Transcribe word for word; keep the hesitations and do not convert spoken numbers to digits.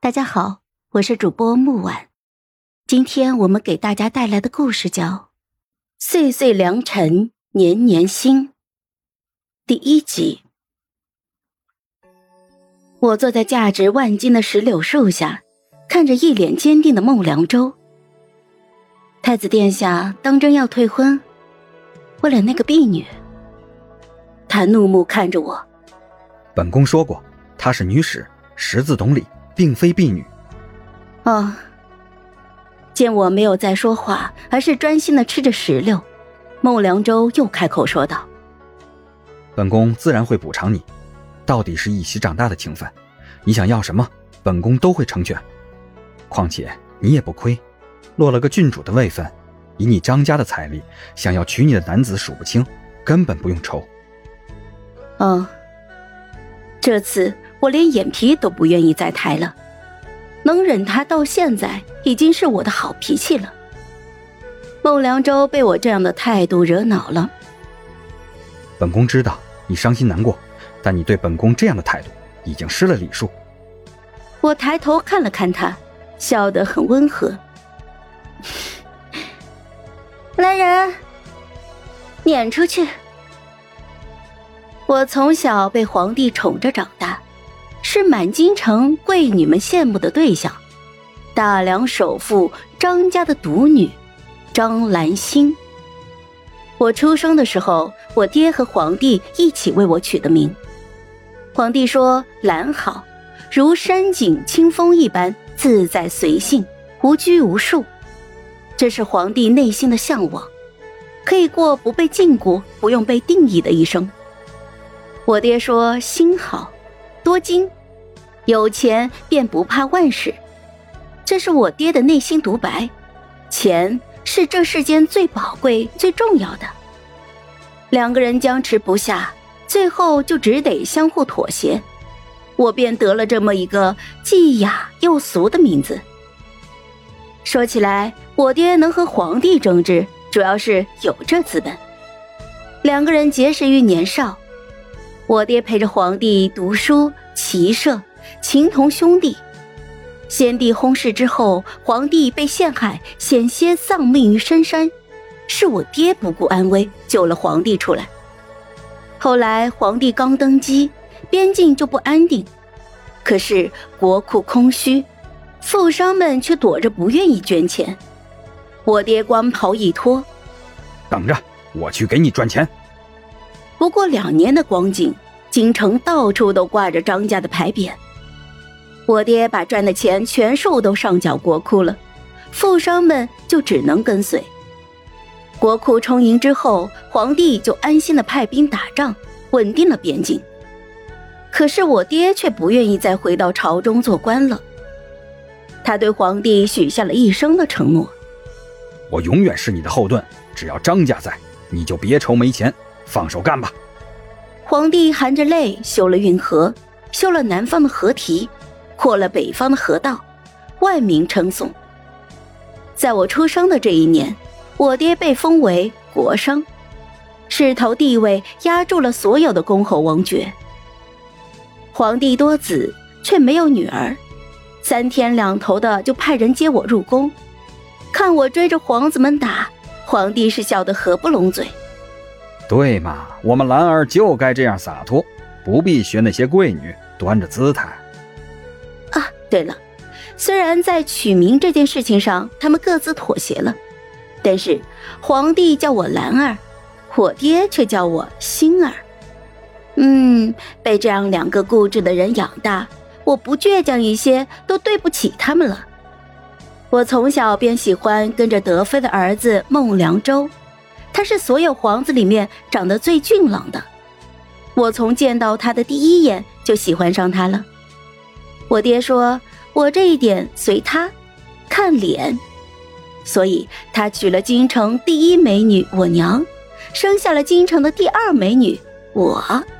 大家好，我是主播木婉。今天我们给大家带来的故事叫《岁岁良辰年年新》第一集。我坐在价值万金的石榴树下，看着一脸坚定的孟良州。太子殿下当真要退婚？为了那个婢女？他怒目看着我。 本宫说过，她是女使，识字懂礼，并非婢女。 哦。见我没有再说话，而是专心地吃着石榴，孟良州又开口说道： 本宫自然会补偿你，到底是一起长大的情分，你想要什么，本宫都会成全。况且你也不亏，落了个郡主的位分，以你张家的财力，想要娶你的男子数不清，根本不用愁。 哦，这次我连眼皮都不愿意再抬了，能忍他到现在已经是我的好脾气了。孟良州被我这样的态度惹恼了。 本宫知道你伤心难过，但你对本宫这样的态度已经失了礼数。 我抬头看了看他，笑得很温和。来人，撵出去。我从小被皇帝宠着长大，是满京城贵女们羡慕的对象。大梁首富张家的独女张兰心。我出生的时候，我爹和皇帝一起为我取的名。皇帝说兰好，如山景清风一般自在随性，无拘无束。这是皇帝内心的向往，可以过不被禁锢，不用被定义的一生。我爹说心好，多金，有钱便不怕万事。这是我爹的内心独白，钱是这世间最宝贵最重要的。两个人僵持不下，最后就只得相互妥协，我便得了这么一个既雅又俗的名字。说起来，我爹能和皇帝争执，主要是有这资本。两个人结识于年少，我爹陪着皇帝读书骑射，情同兄弟。先帝薨逝之后，皇帝被陷害，险些丧命于深山，是我爹不顾安危救了皇帝出来。后来皇帝刚登基，边境就不安定，可是国库空虚，富商们却躲着不愿意捐钱。我爹光袍一脱， 等着，我去给你赚钱。 不过两年的光景，京城到处都挂着张家的牌匾。我爹把赚的钱全数都上缴国库了，富商们就只能跟随。国库充盈之后，皇帝就安心地派兵打仗，稳定了边境。可是我爹却不愿意再回到朝中做官了。他对皇帝许下了一生的承诺： 我永远是你的后盾，只要张家在，你就别愁没钱，放手干吧。 皇帝含着泪修了运河，修了南方的河堤，扩了北方的河道，万民称颂。在我出生的这一年，我爹被封为国商，势头地位压住了所有的公侯王爵。皇帝多子，却没有女儿，三天两头的就派人接我入宫。看我追着皇子们打，皇帝是笑得合不拢嘴。 对嘛，我们兰儿就该这样洒脱，不必学那些贵女端着姿态。 啊，对了，虽然在取名这件事情上他们各自妥协了，但是皇帝叫我兰儿，我爹却叫我心儿。嗯，被这样两个固执的人养大，我不倔强一些都对不起他们了。我从小便喜欢跟着德妃的儿子孟良州，他是所有皇子里面长得最俊朗的。我从见到他的第一眼就喜欢上他了。我爹说我这一点随他，看脸，所以他娶了京城第一美女我娘，生下了京城的第二美女我。